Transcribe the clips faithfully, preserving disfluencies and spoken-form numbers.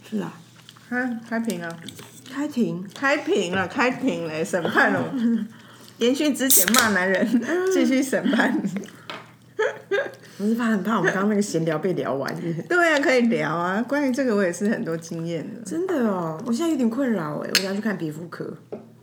是啊， 开开庭啊， 开庭， 开庭了，开庭了，审判了。延续之前骂男人，继续审判。 我是怕很怕我们刚刚那个闲聊被聊完。 对啊，可以聊啊。关于这个，我也是很多经验的。 真的哦，我现在有点困扰哎，我想去看皮肤科。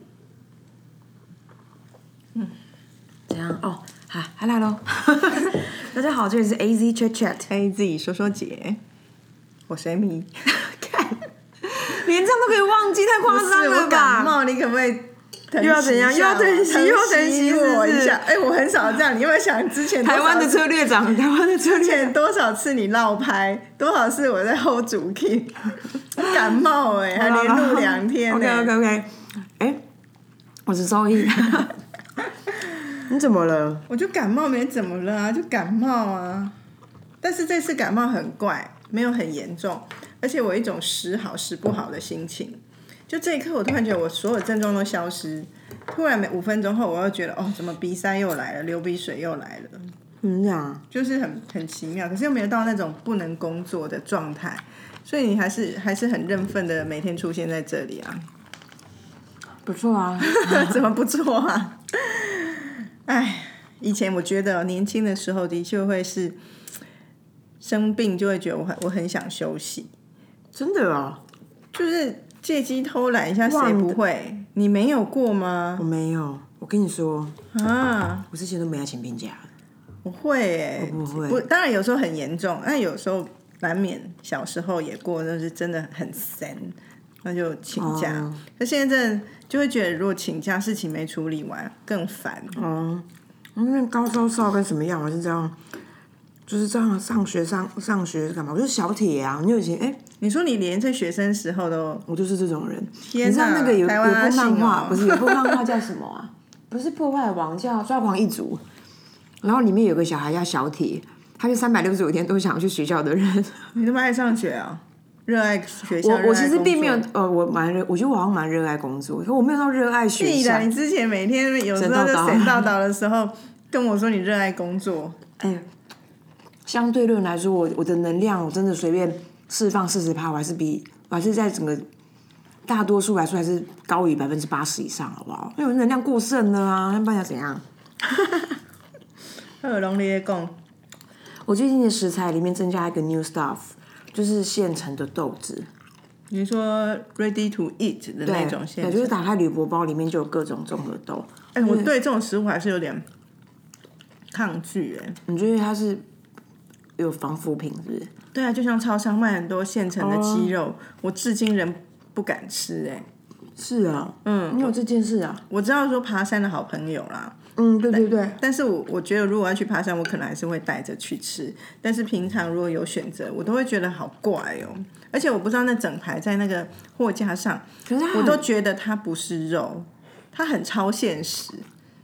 嗯，怎样？哦，好，还来喽。大家好，这里是 A Z Chat Chat，A Z 说说姐，我是 Amy。 看，连这样都可以忘记，太夸张了吧？ 我感冒，你可不可以？ 又要怎样？又要疼惜，又要疼惜我一下。哎、欸，我很少这样。你有没有想之前台湾的策略长，台湾的策略之前多少次你落拍，多少次我在 hold 主 key， 感冒哎、欸，还连录两天、 欸。OK OK OK， 哎、欸，我是周易。你怎么了？ 我就感冒没怎么了啊，就感冒啊。但是这次感冒很怪，没有很严重，而且我有一种时好时不好的心情。就这一刻，我突然觉得我所有症状都消失。突然，每五分钟后，我又觉得哦，怎么鼻塞又来了，流鼻水又来了。 嗯，这样就是很很奇妙，可是又没有到那种不能工作的状态，所以你还是还是很认份的每天出现在这里啊。 不错啊， 怎么不错啊？哎，以前我觉得年轻的时候的确会是生病就会觉得我很我很想休息， 真的啊， 就是借机偷懒一下，谁不会？你没有过吗？ 我没有，我跟你说啊，我之前都没来请病假。 我会耶、 欸，我不会。 不，当然有时候很严重，但有时候难免小时候也过，那是真的很闲，那就请假。可、哦、现在真的就会觉得，如果请假事情没处理完更烦。 哦，因为高烧烧跟什么样，我是这样。就是这样上学上上学干嘛？我就是小铁啊！你有以前哎， 你说你连在学生时候都， 我就是这种人。 天哪！ 你知道那个有有部漫画、 哦、 不是有部漫画叫什么啊？不是破坏王，叫抓狂一族。然后里面有个小孩叫小铁，他就三百六十五天都想要去学校的人。 你那么爱上学啊？热爱学校？ 我我其实并没有呃，我蛮热，我觉得我好像蛮热爱工作，可我没有到热爱学校。 你之前每天有时候就神叨叨的时候跟我说你热爱工作， 哎。相对论来说，我我的能量我真的随便释放四十趴，我还是比我还是在整个大多数来说还是高于百分之八十以上，好不好？因为我能量过剩了啊，那不然要怎样？ 耳聋咧讲， 我最近的食材里面增加一个 new stuff， 就是现成的豆子。 你说 ready to eat 的那种现成， 对，就是打开铝箔包里面就有各种综合豆。 哎、欸，我对这种食物还是有点抗拒哎、欸。 你觉得它是？有防腐品是不是？ 对啊，就像超商卖很多现成的鸡肉， oh. 我至今仍不敢吃哎、欸。 是啊，嗯，你有这件事啊？ 我知道说爬山的好朋友啦， 嗯，对对对。 但, 但是我我觉得如果要去爬山，我可能还是会带着去吃。但是平常如果有选择，我都会觉得好怪哦。而且我不知道那整排在那个货架上， 可是我都觉得它不是肉，它很超现实。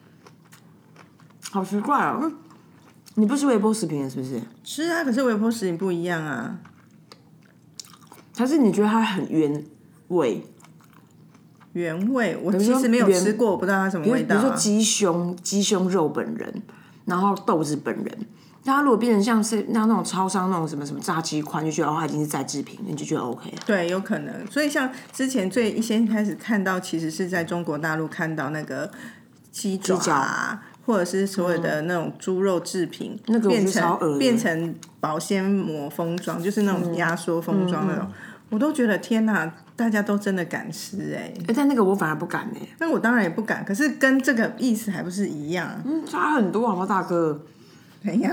好奇怪哦。你不是微波食品是不是？ 是啊，可是微波食品不一样啊。 还是你觉得它很原味？ 原味，我其实没有吃过，我不知道它什么味道、啊。 比如说鸡胸，鸡胸肉本人，然后豆子本人。那它如果变成像是那那种超商那种什么什么炸鸡块，就觉得哦，它已经是再制品，你就觉得 OK。 对，有可能。所以像之前最一先开始看到，其实是在中国大陆看到那个鸡爪啊。或者是所有的那种猪肉制品， 嗯、那个变成变成保鲜膜封装，就是那种压缩封装那种、嗯嗯嗯，我都觉得天哪，大家都真的敢吃哎、欸！ 哎，但那个我反而不敢哎、欸。 那我当然也不敢，可是跟这个意思还不是一样？ 嗯，差很多好不好，大哥？ 怎样？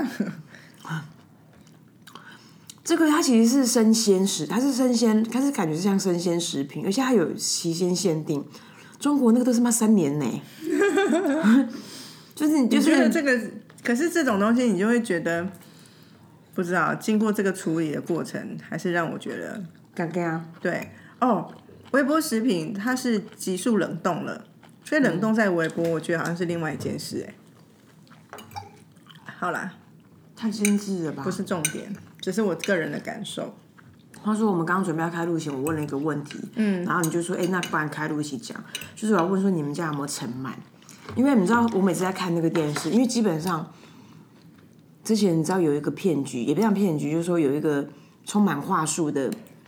这个它其实是生鲜食，它是生鲜，它是感觉是像生鲜食品，而且它有期间限定。中国那个都是妈三年呢、欸。就是你就是觉得这个，可是这种东西你就会觉得，不知道经过这个处理的过程，还是让我觉得尴尬。 对哦，微波食品它是急速冷冻了，所以冷冻再微波，我觉得好像是另外一件事哎。好啦， 太精致了吧？ 不是重点，只是我个人的感受。 话说我们刚刚准备要开录前，我问了一个问题，嗯，然后你就说，哎、欸，那不然开录一起讲，就是我要问说你们家有没有尘螨？因为你知道，我每次在看那个电视，因为基本上之前你知道有一个骗局，也不像骗局，就是说有一个充满话术的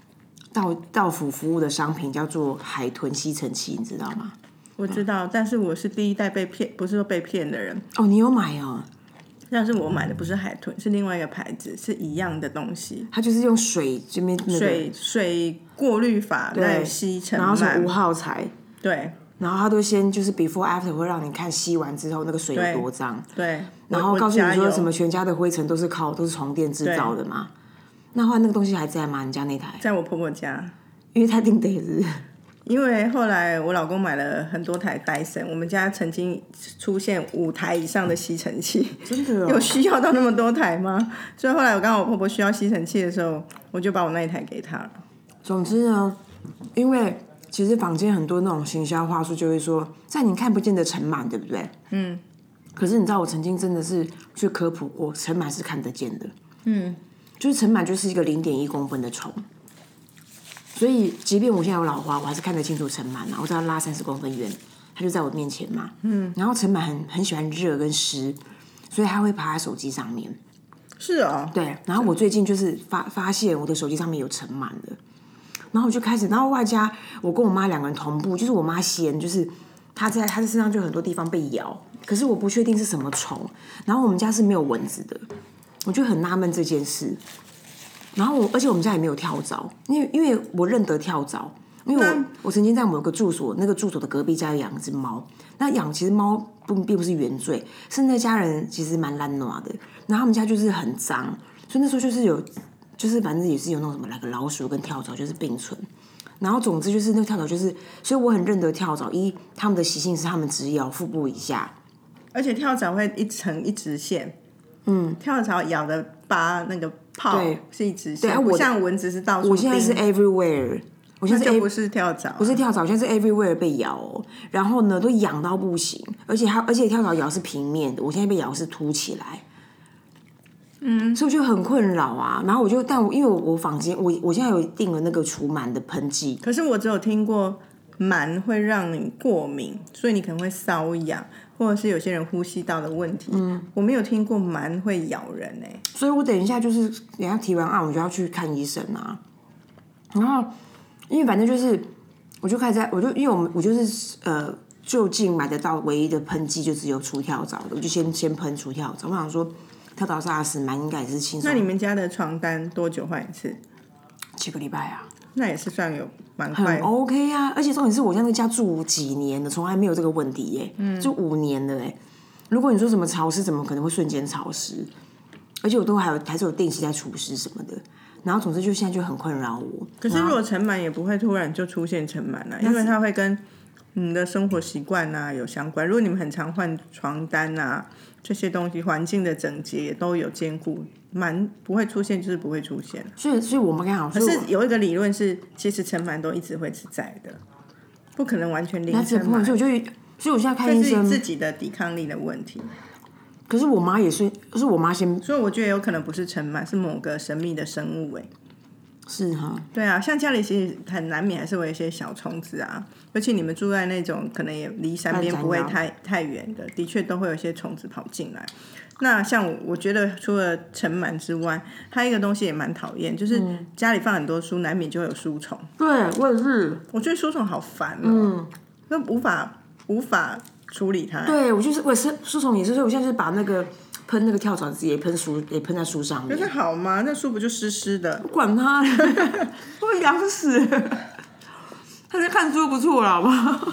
到到府服务的商品叫做海豚吸尘器，你知道吗？ 我知道，但是我是第一代被骗，不是说被骗的人。 哦，你有买哦？ 但是我买的不是海豚，是另外一个牌子，是一样的东西。 它就是用水这边、那个、 水水过滤法来吸尘螨， 然后是无耗材， 对。 然后它都先就是 before after 会让你看吸完之后那个水有多脏， 对。 然后告诉你说什么全家的灰尘都是靠都是床垫制造的嘛。那后来那个东西还在吗？你家那台？ 在我婆婆家， 因为它定得是。 因为后来我老公买了很多台戴森，我们家曾经出现五台以上的吸尘器， 真的、哦、 有需要到那么多台吗？所以后来我刚好我婆婆需要吸尘器的时候，我就把我那一台给她了。 总之呢，因为其实坊间很多那种行销话术就会说，在你看不见的尘螨，对不对？嗯。可是你知道我曾经真的是去科普过，尘螨是看得见的。嗯。就是尘螨就是一个零点一公分的虫。所以，即便我现在有老花，我还是看得清楚尘螨啊！我知道拉三十公分远，它就在我面前嘛。嗯。然后尘螨很很喜欢热跟湿，所以它会爬在手机上面。 是哦。 对。然后我最近就是发发现我的手机上面有尘螨的，然后我就开始，然后外加我跟我妈两个人同步，就是我妈嫌就是她在她的身上就有很多地方被咬，可是我不确定是什么虫。然后我们家是没有蚊子的，我就很纳闷这件事。然后我，而且我们家也没有跳蚤，因为因为我认得跳蚤，因为我我曾经在某个住所，那个住所的隔壁家有养一只猫，那养其实猫不并不是原罪，是那家人其实蛮懒惰的，然后他们家就是很脏，所以那时候就是有，就是反正也是有那种什么那个老鼠跟跳蚤就是并存，然后总之就是那个跳蚤就是，所以我很认得跳蚤，一他们的习性是他们只咬腹部以下， 而且跳蚤会一层一直线，嗯，跳蚤咬的疤那个。泡是一直线，不像蚊子是到处。 我现在是 everywhere， 我现在是 A, 就不是跳蚤、啊， 不是跳蚤，我现在是 everywhere 被咬、哦，然后呢都痒到不行，而且它而且跳蚤咬是平面的，我现在被咬是凸起来，嗯，所以我就很困扰啊。然后我就，但我因为我我房间我我现在有订了那个除螨的喷剂， 可是我只有听过螨会让你过敏，所以你可能会瘙痒。或者是有些人呼吸道的问题，嗯，我没有听过螨会咬人哎、欸， 所以我等一下就是等一下提完案，我就要去看医生啊。然后，因为反正就是，我就开始在，我就因为我们我就是呃，就近买得到唯一的喷剂就只有除跳蚤的，我就先先喷除跳蚤。我想说，跳蚤杀死螨应该也是轻松。 那你们家的床单多久换一次？ 七个礼拜啊。 那也是算有蛮快很 OK 啊，而且重点是我在那个家住几年了，从来没有这个问题耶，嗯，就五年了哎。如果你说什么潮湿，怎么可能会瞬间潮湿？而且我都还有还是有定期在除湿什么的，然后总之就现在就很困扰我。 可是如果尘螨也不会突然就出现尘螨了，因为它会跟你的生活习惯啊有相关。如果你们很常换床单啊这些东西，环境的整洁也都有兼顾。蛮不会出现，就是不会出现。 所以，所以我们刚好， 可是有一个理论是，其实尘螨都一直会是在的，不可能完全零尘螨。 所以我就，所以我现在看医生， 这是自己的抵抗力的问题。 可是我妈也是，是我妈先， 所以我觉得有可能不是尘螨，是某个神秘的生物哎。 是哈。 对啊，像家里其实很难免还是会有一些小虫子啊，而且你们住在那种可能也离山边不会太太远的，的确都会有一些虫子跑进来。那像 我, 我觉得除了尘螨之外，还有一个东西也蛮讨厌，就是家里放很多书，难免就会有书虫。 对，我也是。 我觉得书虫好烦哦，嗯，那无法无法处理它。 对，我就是我是书虫也是，所以我现在就是把那个喷那个跳蚤剂也喷书也喷在书上面。 可是好吗？那书不就湿湿的？ 不管它，会痒死。他在看书不错了，好不好？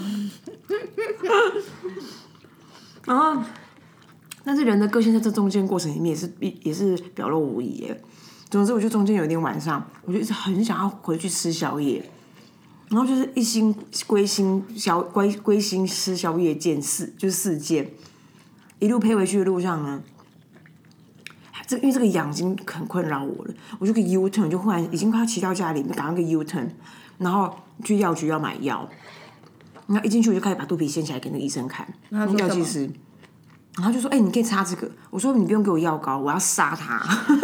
然后。但是人的个性在这中间过程里面也是也是表露无遗耶。总之，我就中间有一天晚上，我就一直很想要回去吃宵夜，然后就是一心归心宵归归心吃宵夜件四就是四件，一路陪回去的路上呢，这因为这个痒已经很困扰我了，我就个 U turn 就忽然已经快要骑到家里，赶快个 U turn， 然后去药局要买药，然后一进去我就开始把肚皮掀起来给那个医生看，那个药剂师。然后就说：“哎、欸，你可以擦这个。”我说：“你不用给我药膏，我要杀他。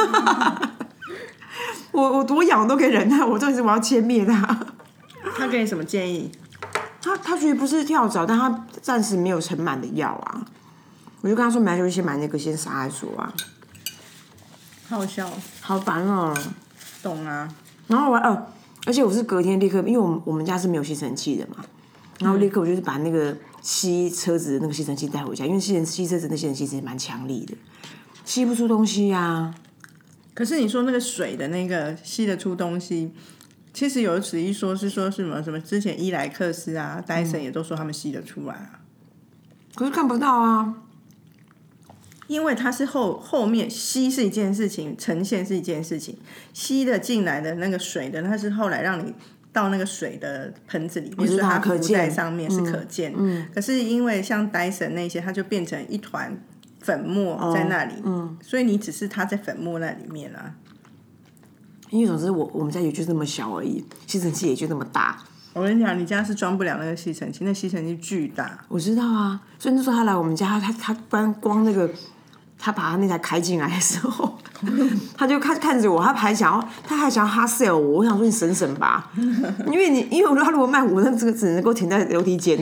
我我多痒都可以忍耐，我这次我要歼灭他。” 他给你什么建议？ 他他觉得不是跳蚤，但他暂时没有尘螨的药啊。我就跟他说：“买就先买那个，先杀再说啊。” 好笑， 好烦哦。 懂啊。 然后我呃， 而且我是隔天立刻，因为我们我们家是没有吸尘器的嘛，然后立刻我就是把那个吸车子的那个吸尘器带回家，因为吸尘吸车子那吸尘器其实蛮强力的，吸不出东西呀、啊。 可是你说那个水的那个吸得出东西，其实有此一说是说什么什么之前伊莱克斯啊、戴森也都说他们吸得出来啊， 可是看不到啊。 因为它是后后面吸是一件事情，呈现是一件事情，吸的进来的那个水的，它是后来让你到那个水的盆子里面，所以它浮在上面是可见。嗯，可是因为像 Dyson 那些，它就变成一团粉末在那里，嗯，所以你只是它在粉末那里面啊。 因为总之我我们家也就这么小而已，吸尘器也就那么大。 我跟你讲，你家是装不了那个吸尘器，那吸尘器巨大。 我知道啊，所以那时候他来我们家，他他光光那个。他把他那台开进来的时候，他就看看着我，他还想要，他还想要哈 sell 我。我想说你省省吧，因为你因为他如果卖我，那这个只能够停在楼梯间，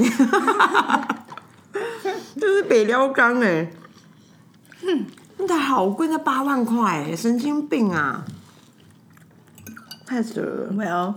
就是北寮缸哎，嗯，那台好贵，那八万块哎，神经病啊，太扯了。 Well，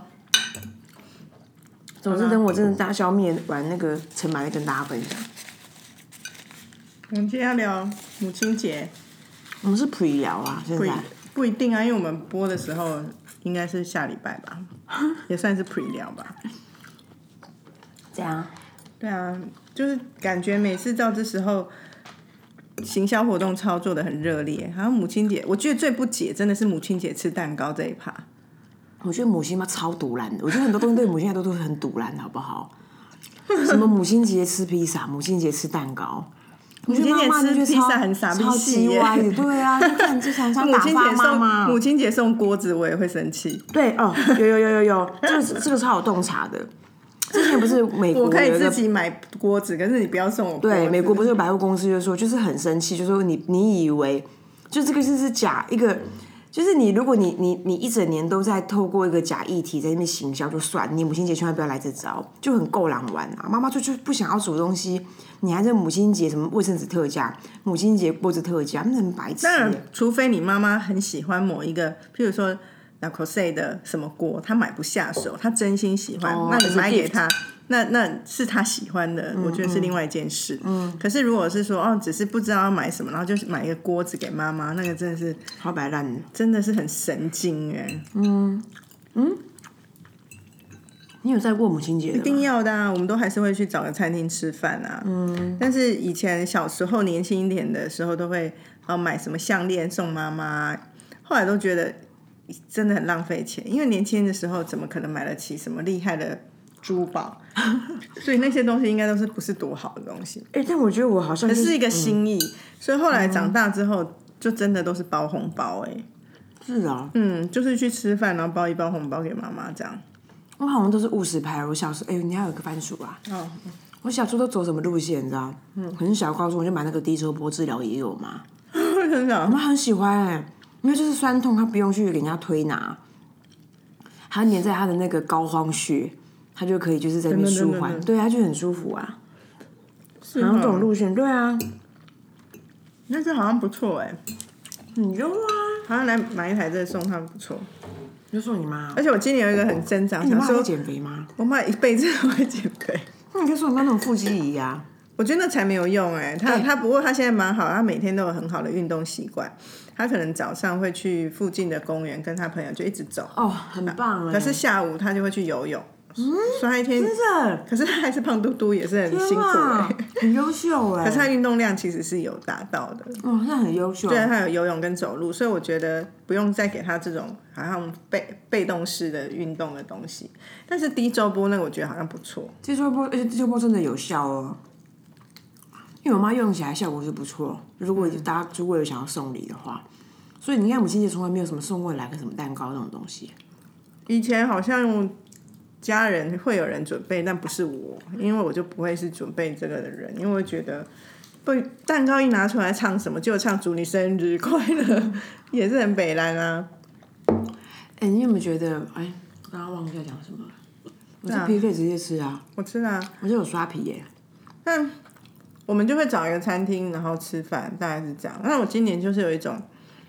总之等我真的大消灭完那个尘螨，再跟大家分享。 我们今天要聊母亲节， 我们是 pre 聊啊，现在不一定啊，因为我们播的时候应该是下礼拜吧，也算是 pre 聊吧。 这样？ 对啊，就是感觉每次到这时候，行销活动操作的很热烈，好像母亲节，我觉得最不解真的是母亲节吃蛋糕这一趴。 我觉得母亲妈超毒烂的，我觉得很多东西对母亲节都是很毒烂的，好不好？什么母亲节吃披萨，母亲节吃蛋糕。 母亲节吃披萨很傻逼气耶， 对啊，就看就想想打发妈妈。 母亲节送锅子，我也会生气。 对哦，有有有有有，这个这个超有洞察的。之前不是美国我可以自己买锅子，可是你不要送我锅子。 对，美国不是有百货公司就说，就是很生气，就说你你以为就这个是是假一个。就是你，如果你你你一整年都在透过一个假议题在那边行销就算，你母亲节千万不要来这招，就很够狼玩啊！妈妈就就不想要煮东西，你还在母亲节什么卫生纸特价，母亲节锅子特价，那很白痴。 当然，除非你妈妈很喜欢某一个，譬如说 La Cosay 的什么锅，她买不下手，她真心喜欢，哦、那你买给她。那那是他喜欢的，我觉得是另外一件事。嗯，可是如果是说哦，只是不知道要买什么，然后就买一个锅子给妈妈，那个真的是好摆烂， 真的是很神经哎。 嗯嗯，你有在过母亲节的吗？ 一定要的啊，我们都还是会去找个餐厅吃饭啊。嗯，但是以前小时候年轻一点的时候，都会哦买什么项链送妈妈，后来都觉得真的很浪费钱，因为年轻的时候怎么可能买得起什么厉害的珠宝，所以那些东西应该都是不是多好的东西。 哎、欸，但我觉得我好像、就是、 可是一个心意、嗯，所以后来长大之后，就真的都是包红包哎、欸。 是啊， 嗯，就是去吃饭，然后包一包红包给妈妈这样。 我好像都是务实派。我小时候，哎、欸，你还有个番薯啊？哦，我小时候都走什么路线，你知道？嗯，很小，高中我就买那个低周波治疗也有嘛。 真的， 我妈很喜欢哎、欸，因为就是酸痛，她不用去给人家推拿，它粘在她的那个膏肓穴。他就可以就是在那边舒缓，对啊，就很舒服啊。是好像这种路线，对啊。 那这好像不错哎、欸。 你用啊， 好像来买一台这个送他们不错。 就送你妈。 而且我今年有一个很挣扎， 欸、你妈会减肥吗？ 我妈一辈子都会减肥。 那你可以送你妈那种腹肌仪啊。 我觉得那才没有用哎、欸，她她不过她现在蛮好，她每天都有很好的运动习惯。她可能早上会去附近的公园跟她朋友就一直走。 哦，很棒哎。 可是下午她就会去游泳。嗯，所以他一天真的， 可是他还是胖嘟嘟，也是很辛苦哎、欸， 很优秀哎。 可是他运动量其实是有达到的， 哦，那很优秀。 对，他有游泳跟走路，所以我觉得不用再给他这种好像被被动式的运动的东西。但是低周波那个我觉得好像不错， 低周波，而且低周波真的有效哦。因为我妈用起来效果是不错，如果大家如果有想要送礼的话，所以你看母亲节从来没有什么送过来个什么蛋糕那种东西。 以前好像。家人会有人准备，但不是我，因为我就不会是准备这个的人，因为我觉得不蛋糕一拿出来唱什么就唱祝你生日快乐，也是很北蓝啊。 哎、欸，你有没有觉得？哎，刚刚忘记要讲什么了。我这皮可以直接吃啊， 我吃啊， 我就有刷皮耶。 但我们就会找一个餐厅，然后吃饭，大概是这样。那我今年就是有一种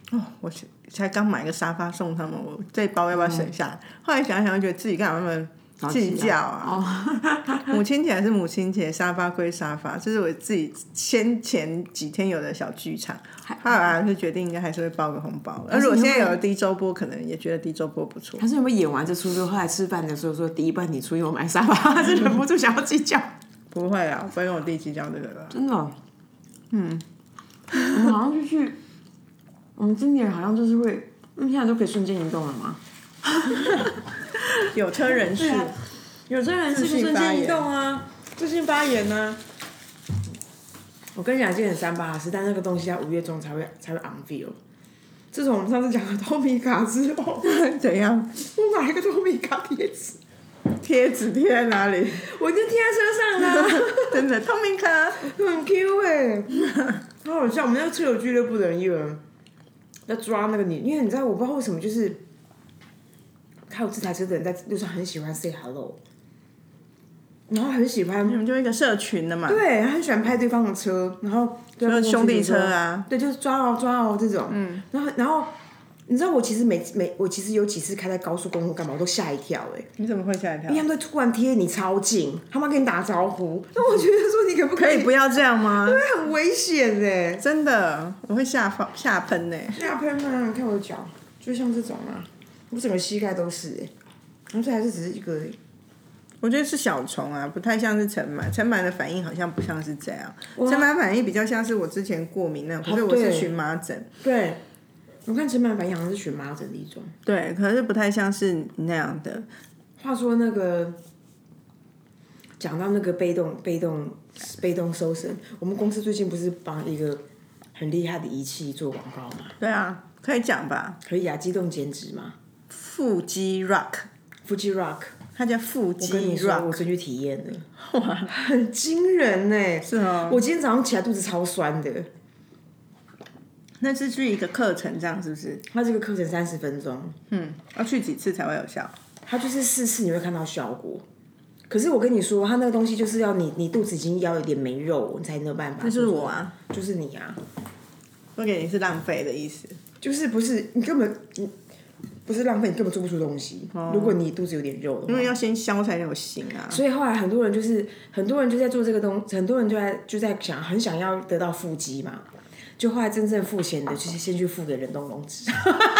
哦，我才刚买个沙发送他们，我这包要不要省下来？嗯、后来想想，觉得自己干嘛那么计较啊？哦、母亲节还是母亲节，沙发归沙发，这是我自己先前几天有的小剧场。后来还是决定应该还是会包个红包。而如果现在有了低周波，可能也觉得低周波不错。 可是有没有演完这出之后，后来吃饭的时候说第一半你出，因为我买沙发，还是忍不住想要计较？ 不会啊，我不会跟我弟计较这个的。 真的、哦？嗯，我们好像就去。我们今年好像就是会，现在都可以瞬间移动了吗？ 有车人士，啊、 有车人士瞬间移动啊，自信发言啊。我跟你讲一件很三八的事，但那个东西要五月中才会才会 on feel。自从我们上次讲了透明卡之后， 怎样？ 我买了一个透明卡贴纸。 贴纸贴在哪里？ 我就贴在车上啊！ 真的透明卡， 很 Q 哎、欸，好好笑。我们那个车友俱乐部的人有人在抓那个你，因为你知道，我不知道为什么，就是开有这台车的人在路上很喜欢 say hello， 然后很喜欢， 你们就一个社群的嘛。 对，他很喜欢拍对方的车，然后就是兄弟车啊， 对，就是抓哦抓哦这种。嗯，然后然后。你知道我其实每每我其实有几次开在高速公路干嘛，我都吓一跳哎、欸！ 你怎么会吓一跳？ 因为他们会突然贴你超近，他们跟你打招呼，那我觉得说你可不可以可以不要这样吗？ 对，很危险哎、欸！ 真的，我会吓吓喷哎！ 吓喷啊！你看我的脚，就像这种啊，我整个膝盖都是哎、欸。然后这还是只是一个、欸， 我觉得是小虫啊，不太像是尘螨。尘螨的反应好像不像是这样，尘螨反应比较像是我之前过敏那种，可是我是荨麻疹。 对。我看尘螨反应好像是荨麻疹的一种， 对，可是不太像是那样的。 话说那个，讲到那个被动、被动、被动收身，我们公司最近不是帮一个很厉害的仪器做广告吗？ 对啊，可以讲吧？ 可以啊，机动减脂嘛。 腹肌 Rock， 腹肌 Rock， 它叫腹肌 Rock。 我跟你说，我真去体验了，哇，很惊人呢、欸。 是哦。 我今天早上起来肚子超酸的。 那是去一个课程，这样是不是？ 它这个课程三十分钟， 嗯，要去几次才会有效？ 它就是四次你会看到效果。可是我跟你说，它那个东西就是要你，你肚子已经要有点没肉，你才没有办法。 那就是我啊， 就是你啊。 我给你是浪费的意思。 就是不是你根本你不是浪费，你根本做不出东西。哦、如果你肚子有点肉的话， 因为要先消才有形啊。 所以后来很多人就是很多人就在做这个东，很多人就在就在想，很想要得到腹肌嘛。就后来真正付钱的，就是先去付给人工溶脂。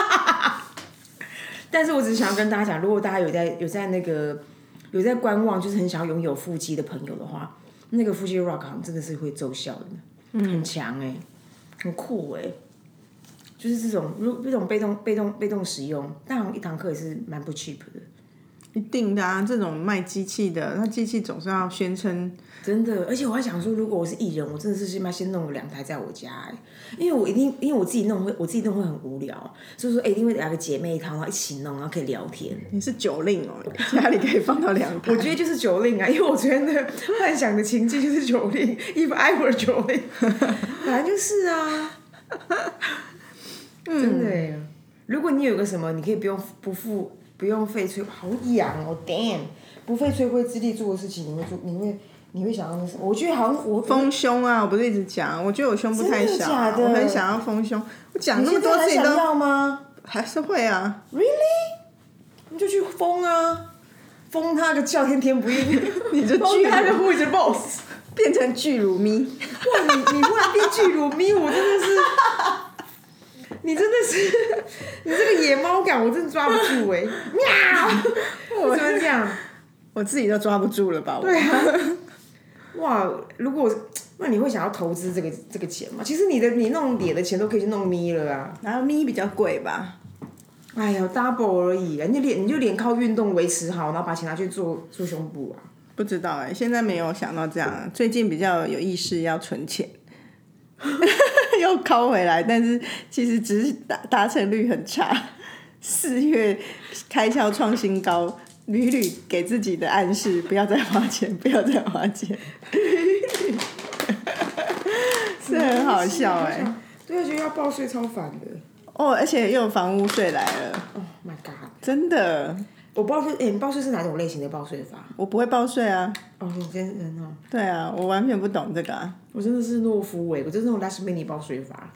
但是我只是想要跟大家讲，如果大家有在有在那个有在观望，就是很想要拥有腹肌的朋友的话，那个腹肌 Rock 好像真的是会奏效的，嗯、很强哎、欸，很酷哎、欸，就是这种如这种被动被动被动使用，但好像一堂课也是蛮不 cheap 的。 一定的啊，这种卖机器的，那机器总是要宣称。 真的，而且我还想说，如果我是艺人，我真的是先把先弄了两台在我家、欸，因为我一定，因为我自己弄会，我自己弄会很无聊，所以说、欸、一定会两个姐妹淘，然后一起弄，然后可以聊天。 你是酒令哦，家里可以放到两台。 我觉得就是酒令啊，因为我昨天的幻想的情境就是酒令，if I were 酒令，本来就是啊，真的耶。如果你有个什么，你可以不用不付不用费吹，好痒哦 ，damn， 不费吹灰之力做的事情，你会做，你会。你会想要那什么？我觉得好像我丰胸啊，我不是一直讲，我觉得我胸部太小、啊， 真的假的？ 我很想要丰胸。我讲那么多次，你都要吗？ 还是会啊。 Really？ 你就去封啊，封他个叫天天不应， 你就封他个 Who is the boss， 变成巨乳咪。 哇，你你忽然变巨乳咪，我真的是，你真的是，你这个野猫感我真的抓不住哎、欸，喵！为什么这样？ 我自己都抓不住了吧？ 对啊。哇，如果那你会想要投资这个这个钱吗？其实你的你弄脸的钱都可以去弄咪了啊。 然后咪比较贵吧？ 哎呀 ，double 而已啊！你脸你就脸靠运动维持好，然后把钱拿去做做胸部啊。 不知道哎、欸，现在没有想到这样。最近比较有意识要存钱，又靠回来，但是其实只是达达成率很差。四月开销创新高。屡屡给自己的暗示，不要再花钱，不要再花钱，是很好笑哎、欸。 对啊，觉得要报税超烦的。 哦，而且又有房屋税来了。 Oh my god！ 真的。 我报税，哎、欸，你报税是哪种类型的报税法？ 我不会报税啊。 哦，你真人哦。 对啊，我完全不懂这个啊。 我真的是懦夫哎，我就是那种 last minute 报税法。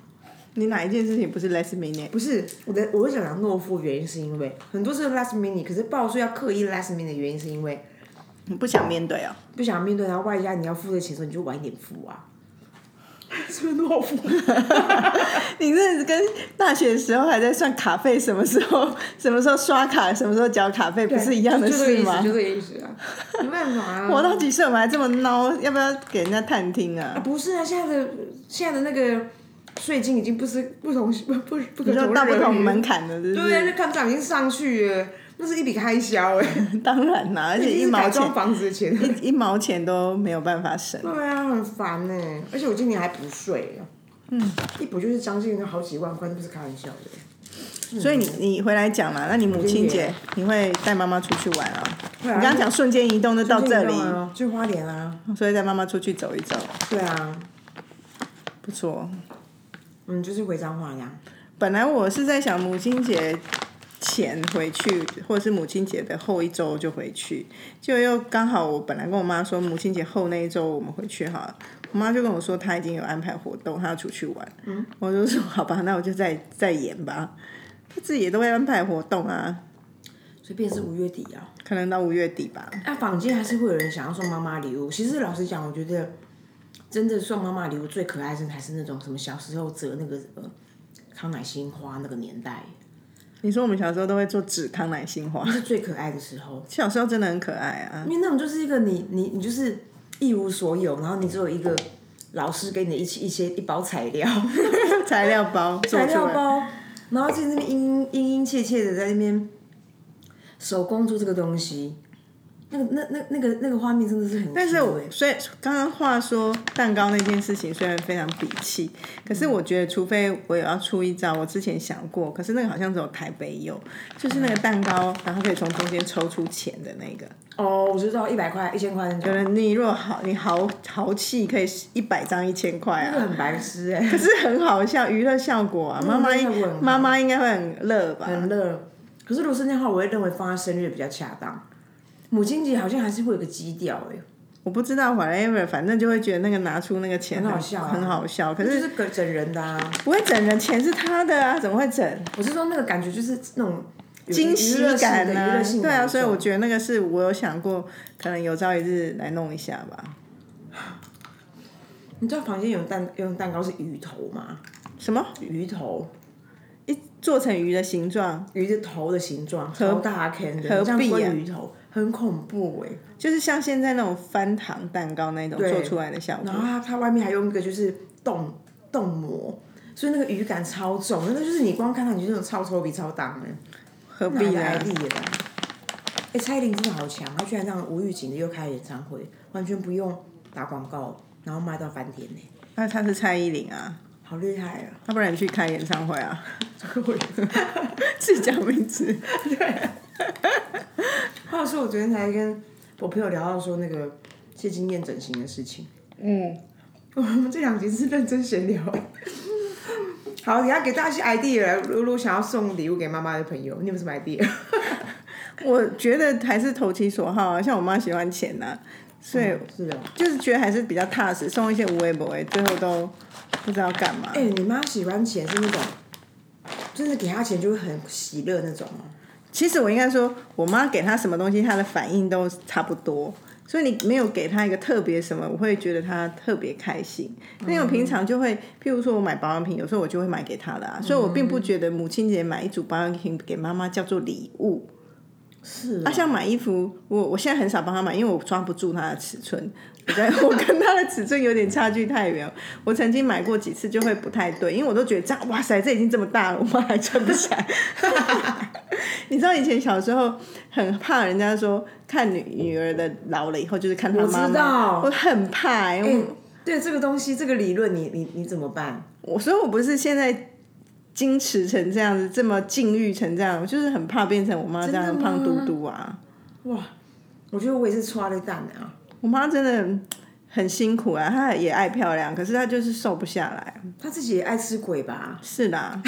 你哪一件事情不是 last minute？ 不是我的，我会想讲懦夫，原因是因为很多是 last minute， 可是报税要刻意 last minute 的原因是因为你不想面对哦， 不想面对，然后外加你要付的钱的时候你就晚一点付啊，是不是懦夫？ 你这跟大学的时候还在算卡费，什么时候什么时候刷卡，什么时候缴卡费，不是一样的事吗？ 就这个意思，就这个意思啊，没办法啊。 活到几岁我们还这么孬，要不要给人家探听啊？ 啊不是啊，现在的现在的那个税金已经不是不同不不不可同日到不同门槛了，对不对啊，那看涨已经上去了，那是一笔开销哎。 当然啦，而且一毛钱房子的钱， 一一毛钱都没有办法省。 对啊，很烦呢。而且我今年还补税啊，嗯，一补就是将近好几万块，那不是开玩笑的。 所以你你回来讲嘛，那你母亲节你会带妈妈出去玩啊？ 对啊， 你刚刚讲瞬间移动就到这里， 啊，去花莲啊， 所以带妈妈出去走一走。 对啊， 不错。 嗯，就是回彰化呀。 本来我是在想母亲节前回去，或者是母亲节的后一周就回去，就又刚好我本来跟我妈说母亲节后那一周我们回去好了，我妈就跟我说她已经有安排活动，她要出去玩。嗯，我就说好吧，那我就再再演吧。她自己也都会安排活动啊， 所以变成是五月底啊， 可能到五月底吧。 那坊间还是会有人想要送妈妈礼物。其实老实讲，我觉得真的送妈妈礼物最可爱的还是那种什么小时候折那个呃康乃馨花那个年代。 你说我们小时候都会做纸康乃馨花， 那是最可爱的时候。 小时候真的很可爱啊， 因为那种就是一个你你你就是一无所有，然后你只有一个老师给你的一一些一包材料， 材料包， 材料包，然后在那边殷殷殷切切的在那边手工做这个东西。那个那那那个那个画面真的是很， 但是我所以刚刚话说蛋糕那件事情虽然非常鄙弃，可是我觉得除非我有要出一招，我之前想过，可是那个好像只有台北有，就是那个蛋糕，然后可以从中间抽出钱的那个。 哦，我知道，一百块、一千块那种。 有人你如果好，你豪豪气可以一百张一千块啊， 那个很白痴哎、欸， 可是很好笑，娱乐效果啊，妈妈妈妈应该会很乐吧？ 很乐。可是如果是那样的话，我会认为放在生日比较恰当。母亲节好像还是会有个基调哎、欸， 我不知道 whatever， 反正就会觉得那个拿出那个钱很好笑、啊， 很好笑。可是就是整人的啊， 不会整人，钱是他的啊，怎么会整？ 我是说那个感觉就是那种惊喜感啊， 对啊，所以我觉得那个是我有想过，可能有朝一日来弄一下吧。 你知道房间有蛋有蛋糕是鱼头吗？ 什么鱼头？ 一做成鱼的形状， 鱼的头的形状，超大坑的， 何必啊？ 鱼头很恐怖哎、欸， 就是像现在那种翻糖蛋糕那种做出来的效果。 然后它它外面还用一个就是冻冻膜，所以那个鱼感超重，那就是你光看它你就那种超抽鼻超当的。 何必呢？ 哎、欸，蔡依林真的好强，她居然让无预警的又开演唱会，完全不用打广告，然后卖到翻天呢、欸。 那她是蔡依林啊。 好厉害啊！ 要不然你去开演唱会啊？自己讲名字。 对。话说，我昨天才跟我朋友聊到说那个谢金燕整形的事情。嗯。我们这两集是认真闲聊。好，等一下给大家一些 idea， 如果想要送礼物给妈妈的朋友，你有没有什么 idea？ 我觉得还是投其所好啊，像我妈喜欢钱呐、啊，所以、 嗯、是啊， 就是觉得还是比较踏实，送一些无为不为，最后都不知道干嘛。 哎、欸，你妈喜欢钱是那种，就是给她钱就会很喜乐那种哦。 其实我应该说，我妈给她什么东西，她的反应都差不多，所以你没有给她一个特别什么，我会觉得她特别开心。因为我平常就会，譬如说我买保养品，有时候我就会买给她的啊，所以我并不觉得母亲节买一组保养品给妈妈叫做礼物。 是啊，像买衣服，我我现在很少帮她买，因为我抓不住她的尺寸，我在我跟她的尺寸有点差距太远。我曾经买过几次就会不太对，因为我都觉得这样，哇塞，这已经这么大了，我妈还穿不下来。你知道以前小时候很怕人家说看女女儿的老了以后就是看她妈妈， 我知道， 我很怕、欸。 欸、对这个东西，这个理论你，你你你怎么办？ 我所以我不是现在。矜持成这样子，这么禁欲成这样，我就是很怕变成我妈这样胖嘟嘟啊！ 哇，我觉得我也是抓了蛋啊！ 我妈真的很辛苦啊，她也爱漂亮，可是她就是瘦不下来。 她自己也爱吃鬼吧？ 是的。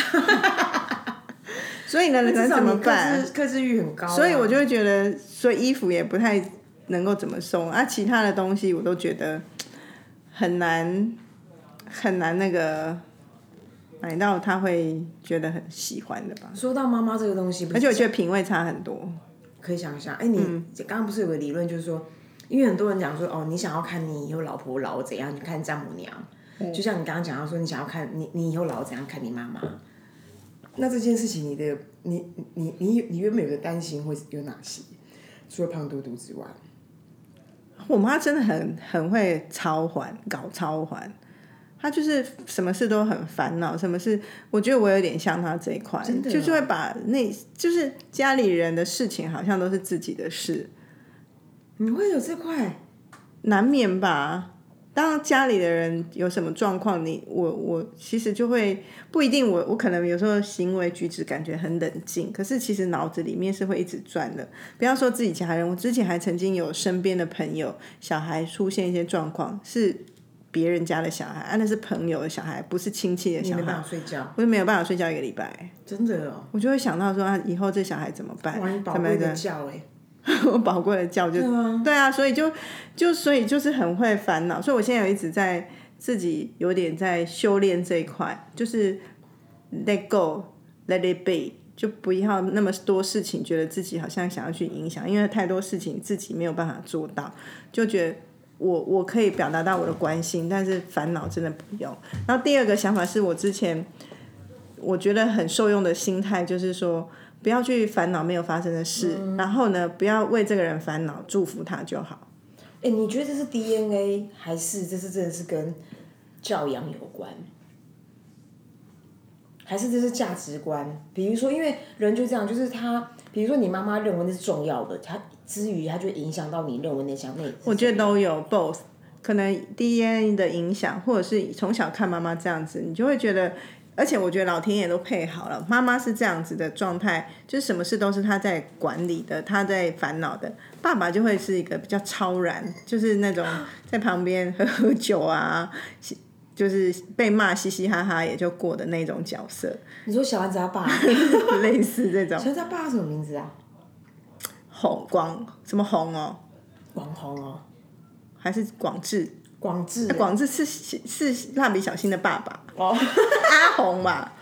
所以呢，能怎么办？ 克制欲很高、啊， 所以我就会觉得，所以衣服也不太能够怎么送啊，其他的东西我都觉得很难很难那个。 买到他会觉得很喜欢的吧。 说到妈妈这个东西， 而且我觉得品味差很多。 可以想象，哎，你刚刚不是有个理论，就是说，因为很多人讲说，哦，你想要看你以后老婆老怎样，你看丈母娘，嗯、就像你刚刚讲到说，你想要看你你以后老怎样看你妈妈。那这件事情，你的你你你你原本有个担心会有哪些？除了胖嘟嘟之外， 我妈真的很很会操环，搞操环。她就是什么事都很烦恼，什么事，我觉得我有点像她这一块， 真的、哦、 就是会把那，就是家里人的事情好像都是自己的事。 你会有这块？ 难免吧。当家里的人有什么状况，你我我其实就会不一定我，我我可能有时候行为举止感觉很冷静，可是其实脑子里面是会一直转的。不要说自己家人，我之前还曾经有身边的朋友小孩出现一些状况，是别人家的小孩，啊，那是朋友的小孩，不是亲戚的小孩， 你没办法睡觉， 我就没有办法睡觉一个礼拜。 真的哦， 我就会想到说，啊，以后这小孩怎么办？ 哇，你宝贵的觉哎。 我宝贵的觉就对啊， 对啊，所以就就所以就是很会烦恼，所以我现在有一直在自己有点在修炼这一块，就是 let go let it be， 就不要那么多事情，觉得自己好像想要去影响，因为太多事情自己没有办法做到，就觉得我我可以表达到我的关心，但是烦恼真的不用。然后第二个想法是我之前我觉得很受用的心态，就是说不要去烦恼没有发生的事、嗯、然后呢不要为这个人烦恼，祝福他就好。 哎、欸，你觉得这是 D N A 还是这是真的是跟教养有关，还是这是价值观？比如说因为人就这样，就是他比如说你妈妈认为那是重要的，他之余他就影响到你认为那项那， 我觉得都有 both， 可能 D N A 的影响，或者是从小看妈妈这样子，你就会觉得，而且我觉得老天爷都配好了，妈妈是这样子的状态，就是什么事都是他在管理的，他在烦恼的。爸爸就会是一个比较超然，就是那种在旁边喝喝酒啊，就是被骂嘻嘻哈哈也就过的那种角色。 你说小丸子他爸类似这种。 小丸子他爸什么名字啊？ 红广什么红哦？ 广红哦， 还是广志？ 广志、 欸，广志是是蜡笔小新的爸爸哦， 阿红吧？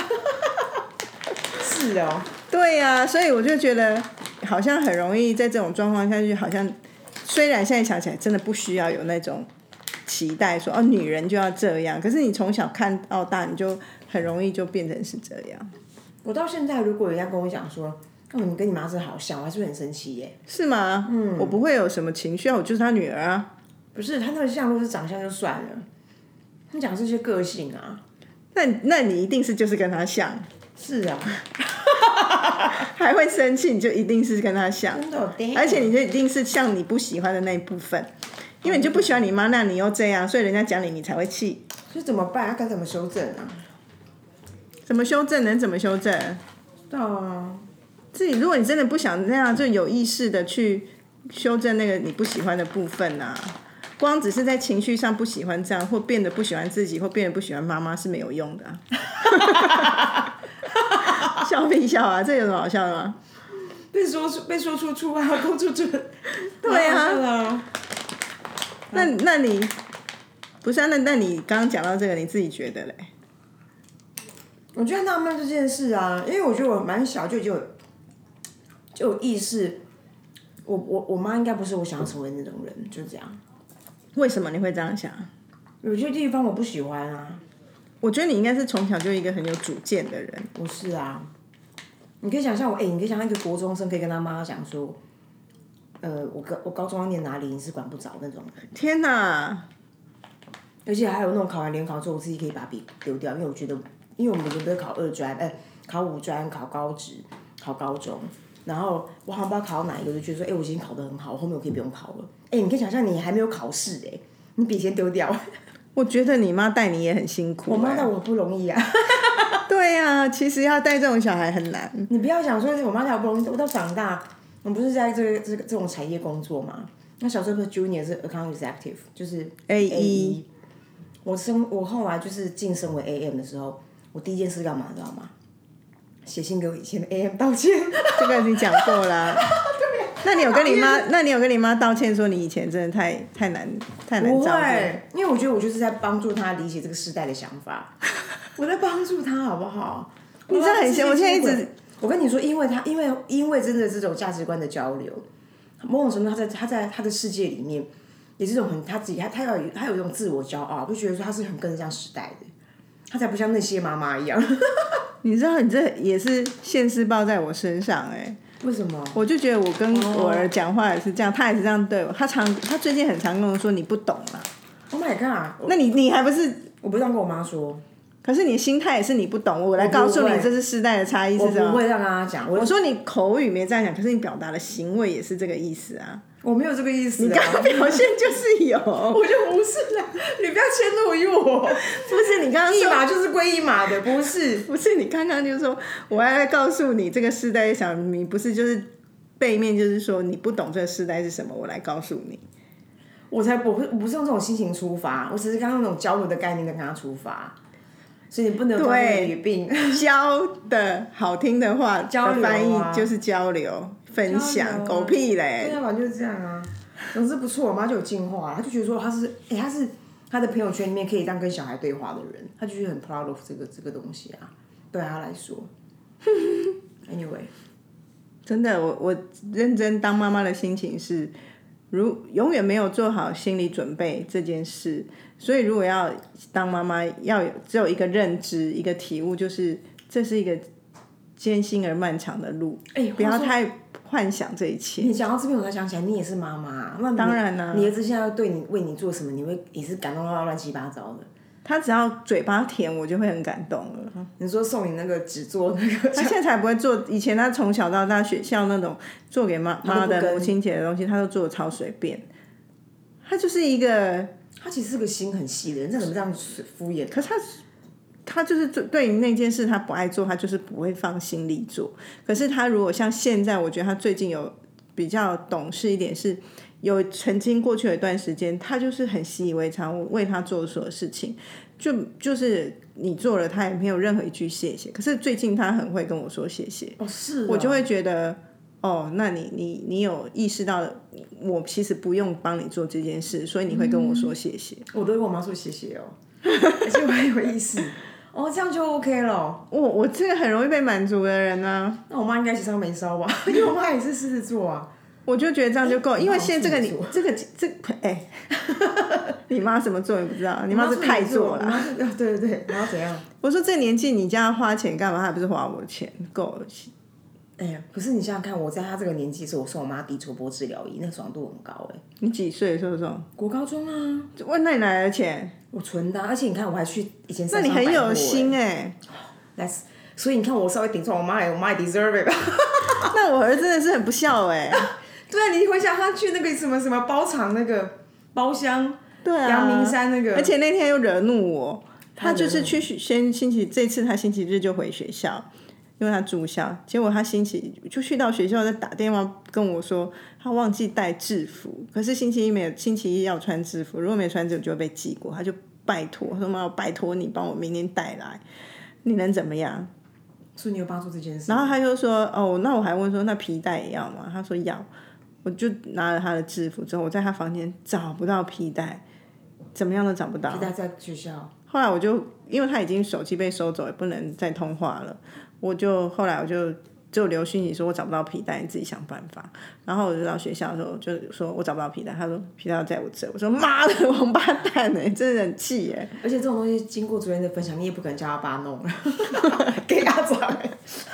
是哦， 对呀、啊，所以我就觉得好像很容易在这种状况下去，好像虽然现在想起来真的不需要有那种期待说哦女人就要这样，可是你从小看到大，你就很容易就变成是这样。 我到现在如果人家跟我讲说，哦，你跟你妈是好像，我还是会很生气耶。 是吗？嗯，我不会有什么情绪啊，我就是她女儿啊。不是，她那个像如果是长相就算了，你讲这些个性啊， 那那你一定是就是跟她像。 是啊， 还会生气，你就一定是跟她像， 真的， 而且你就一定是像你不喜欢的那一部分，因为你就不喜欢你妈，那你又这样，所以人家讲你，你才会气。 所以怎么办？要该怎么修正啊？ 怎么修正？能怎么修正？ 对啊， 自己如果你真的不想那样，就有意识的去修正那个你不喜欢的部分啊。光只是在情绪上不喜欢这样，或变得不喜欢自己，或变得不喜欢妈妈是没有用的、啊。笑屁笑啊！这有什么好笑的吗？ 被说出被说出出啊，公出出。 对啊。 啊那那你不是啊？那那你刚刚讲到这个，你自己觉得嘞？ 我觉得纳闷这件事啊，因为我觉得我蛮小就就有就有意识，我我我妈应该不是我想要成为那种人，就这样。 为什么你会这样想？ 有些地方我不喜欢啊。 我觉得你应该是从小就一个很有主见的人。 我是啊，你可以想象我，哎、欸，你可以想象一个国中生可以跟他妈讲说，呃，我高我高中要念哪里，你是管不着那种人。 天哪！ 而且还有那种考完联考之后，我自己可以把笔丢掉，因为我觉得，因为我们每个都考二专，哎、欸，考五专，考高职，考高中，然后我好像不知道考到哪一个，就觉得说，哎、欸，我已经考得很好，我后面我可以不用考了。哎、欸，你可以想象你还没有考试，哎，你笔先丢掉。 我觉得你妈带你也很辛苦、欸。 我妈带我不容易啊。 对啊，其实要带这种小孩很难。 你不要想说我妈带我不容易，我到长大，我不是在这个这个这种产业工作嘛？那小时候 Junior 是 Account Executive， 就是 A E。 我升我后来就是晋升为 A M 的时候，我第一件事干嘛，知道吗？写信给我以前的 A M 道歉。 这个你讲过啦。那你有跟你妈？那你有跟你妈道歉说你以前真的太太难太难照顾？ 不会，因为我觉得我就是在帮助她理解这个时代的想法。 我在帮助他，好不好？ 你这很闲，我现在一直， 我跟你说，因为他，因为因为真的这种价值观的交流，某种程度他在他在他的世界里面，也是这种很他自己他他有他有一种自我骄傲，就觉得说他是很跟得上时代的，他才不像那些妈妈一样。 你知道，你这也是现世报在我身上哎、欸。 为什么？ 我就觉得我跟我儿讲话也是这样，他也是这样对我。他常他最近很常跟我说你不懂啦。 Oh my god！ 那你你还不是？ 我不是这样跟我妈说。 可是你的心态也是你不懂，我来告诉你这是世代的差异是什么。 我不会让他讲。 我说你口语没这样讲，可是你表达的行为也是这个意思啊。 我没有这个意思、啊。 你刚刚表现就是有。 我就不是啦，你不要迁怒于我。 不是你刚刚说一码就是归一码的，不是。 不是你刚刚就说我要来告诉你这个世代想你不是就是背面就是说你不懂这个世代是什么，我来告诉你。 我才我不我不是用这种心情出发，我只是刚刚那种交流的概念在跟他出发。所以你不能有这语病。 教的好听的话交流、啊、 翻译就是交流分享，狗屁嘞！ 对啊，反正就是这样啊。总之不错，我妈就有进化，她就觉得说她是，哎、欸，她是她的朋友圈里面可以这样跟小孩对话的人，她就觉得很 proud of 这个这个东西啊，对她来说。Anyway， 真的，我我认真当妈妈的心情是，如永远没有做好心理准备这件事。所以如果要当妈妈，要有只有一个认知，一个体悟，就是这是一个艰辛而漫长的路， 欸、 不要太幻想这一切。 你讲到这边，我才想起来，你也是妈妈，那当然啦、啊， 你儿子现在要对你为你做什么，你会也是感动到乱七八糟的。 他只要嘴巴甜，我就会很感动了。 你说送你那个纸做那个， 他现在才不会做。以前他从小到大学校那种做给妈妈的母亲节的东西，他都做的超随便。他就是一个。 他其实是个心很细的人，怎么这样敷衍？ 可是他，他就是对于那件事他不爱做，他就是不会放心里做。可是他如果像现在，我觉得他最近有比较懂事一点，是有曾经过去有一段时间，他就是很习以为常，我为他做所有事情，就就是你做了，他也没有任何一句谢谢。可是最近他很会跟我说谢谢， 哦是哦， 我就会觉得。哦，那你你你有意识到我其实不用帮你做这件事，所以你会跟我说谢谢。 嗯、我都跟我妈说谢谢哦，而且我很有意思。哦，这样就 OK 了。 我我这个很容易被满足的人啊。 那我妈应该喜上眉梢吧？因为我妈也是狮子座啊。 我就觉得这样就够，因为现在这个你这个这哎、欸，你妈什么座你不知道？你妈是太座了。 对对对，然后怎样？ 我说这年纪你叫她花钱干嘛？还不是花我的钱，够了。 哎呀，可是你想想看，我在她这个年纪的时候，我送我妈低周波治疗仪，那个爽度很高哎、欸。 你几岁的时候送？ 国高中啊。 问那你哪来的钱？ 我存的、啊，而且你看我还去以前、欸。 那你很有心哎、 欸。That's， 所以你看我稍微顶撞我妈，我妈也 deserve it 那我儿子真的是很不孝哎、欸。 对啊，你回想他去那个什么什么包场那个包厢， 对啊， 阳明山那个， 而且那天又惹怒我，他就是去先星期这次他星期日就回学校。因为他住校，结果他星期就去到学校，再打电话跟我说他忘记带制服，可是星期一没有，星期一要穿制服，如果没穿制服就会被记过，他就拜托，他说妈，我拜托你帮我明天带来，你能怎么样？ 所以你有帮助这件事。 然后他就说哦，那我还问说那皮带也要吗？他说要，我就拿了他的制服之后，我在他房间找不到皮带，怎么样都找不到。 皮带在学校。 后来我就因为他已经手机被收走，也不能再通话了。我就后来我就就留讯息说我找不到皮带，你自己想办法。然后我就到学校的时候就说我找不到皮带，他说皮带在我这，我说妈的王八蛋哎、欸，真的很气哎、欸。 而且这种东西经过昨天的分享，你也不可能叫他爸弄，给他找哎。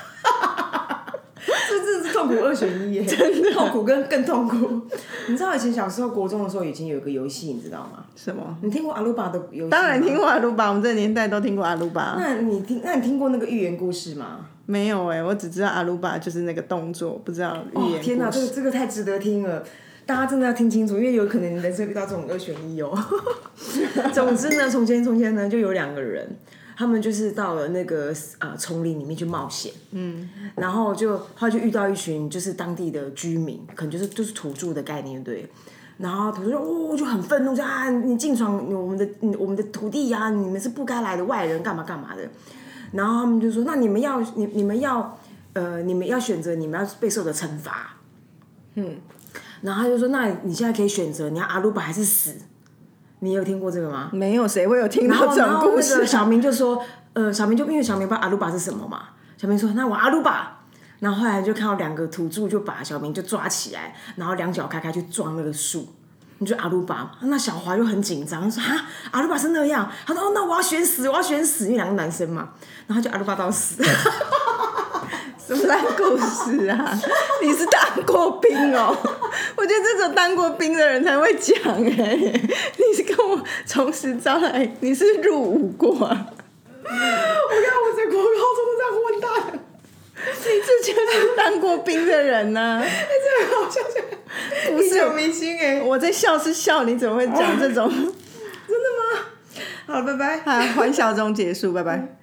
这真的是痛苦二选一耶，真的痛苦跟更痛苦。你知道以前小时候国中的时候已经有一个游戏，你知道吗？ 什么？ 你听过阿鲁巴的游戏？ 当然听过阿鲁巴，我们这个年代都听过阿鲁巴。 那你听，那你听过那个寓言故事吗？ 没有哎、欸，我只知道阿鲁巴就是那个动作，不知道寓言故事。 哦天哪，这个这个太值得听了。大家真的要听清楚，因为有可能你人生遇到这种二选一哦。总之呢，从前从前呢，就有两个人，他们就是到了那个呃丛林里面去冒险，嗯，然后就后来就遇到一群就是当地的居民，可能就是就是土著的概念，对。然后土著就哦就很愤怒，就啊你进闯我们的我们的土地呀、啊，你们是不该来的外人，干嘛干嘛的。然后他们就说，那你们要你你们要呃你们要选择你们要被受的惩罚，嗯。然后他就说：“那你现在可以选择，你要阿鲁巴还是死？” 你有听过这个吗？ 没有，谁会有听到这种故事？ 小明就说，呃，小明就因为小明不知道阿鲁巴是什么嘛，小明说那我阿鲁巴，然后后来就看到两个土著就把小明就抓起来，然后两脚开开去撞那个树。你就阿鲁巴，那小华就很紧张，说哈阿鲁巴是那样，他说哦那我要选死，我要选死，因为两个男生嘛，然后就阿鲁巴到死。 什么烂故事啊！你是当过兵哦？我觉得这种当过兵的人才会讲哎、欸。你是跟我从实招来，你是入伍过啊？ 我看我在国高中这样混蛋。 你这就是当过兵的人呐、啊！ 哎、欸，这个好笑，不是有明星哎、欸！ 我在笑是笑，你怎么会讲这种？ 真的吗？好，拜拜。 好，欢笑中结束，拜拜。